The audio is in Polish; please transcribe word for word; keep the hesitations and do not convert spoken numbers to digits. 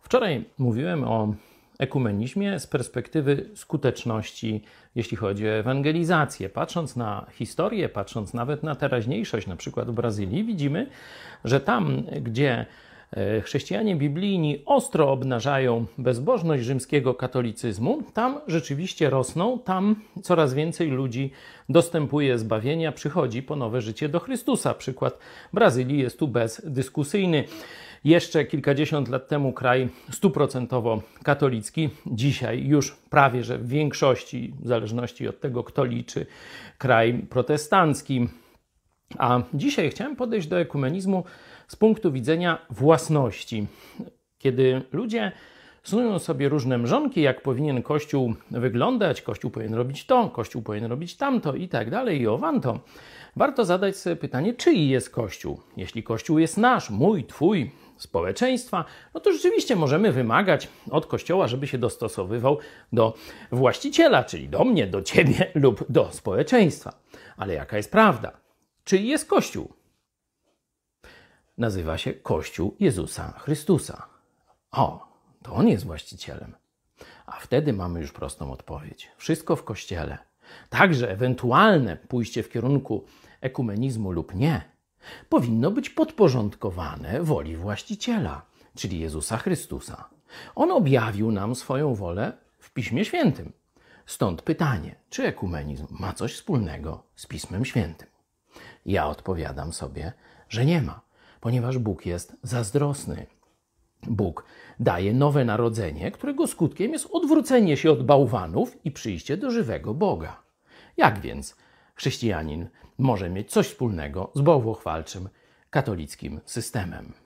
Wczoraj mówiłem o ekumenizmie z perspektywy skuteczności, jeśli chodzi o ewangelizację. Patrząc na historię, patrząc nawet na teraźniejszość, na przykład w Brazylii, widzimy, że tam, gdzie chrześcijanie biblijni ostro obnażają bezbożność rzymskiego katolicyzmu, tam rzeczywiście rosną, tam coraz więcej ludzi dostępuje zbawienia, przychodzi po nowe życie do Chrystusa. Przykład Brazylii jest tu bezdyskusyjny. Jeszcze kilkadziesiąt lat temu kraj stuprocentowo katolicki, dzisiaj już prawie że w większości, w zależności od tego, kto liczy, kraj protestancki. A dzisiaj chciałem podejść do ekumenizmu z punktu widzenia własności. Kiedy ludzie snują sobie różne mrzonki, jak powinien Kościół wyglądać, Kościół powinien robić to, Kościół powinien robić tamto i tak dalej i owanto, warto zadać sobie pytanie, czyj jest Kościół? Jeśli Kościół jest nasz, mój, twój, społeczeństwa, no to rzeczywiście możemy wymagać od Kościoła, żeby się dostosowywał do właściciela, czyli do mnie, do ciebie lub do społeczeństwa. Ale jaka jest prawda? Czyj jest Kościół? Nazywa się Kościół Jezusa Chrystusa. O, to On jest właścicielem. A wtedy mamy już prostą odpowiedź. Wszystko w Kościele, także ewentualne pójście w kierunku ekumenizmu lub nie, powinno być podporządkowane woli właściciela, czyli Jezusa Chrystusa. On objawił nam swoją wolę w Piśmie Świętym. Stąd pytanie, czy ekumenizm ma coś wspólnego z Pismem Świętym? Ja odpowiadam sobie, że nie ma, ponieważ Bóg jest zazdrosny. Bóg daje nowe narodzenie, którego skutkiem jest odwrócenie się od bałwanów i przyjście do żywego Boga. Jak więc chrześcijanin może mieć coś wspólnego z bałwochwalczym katolickim systemem?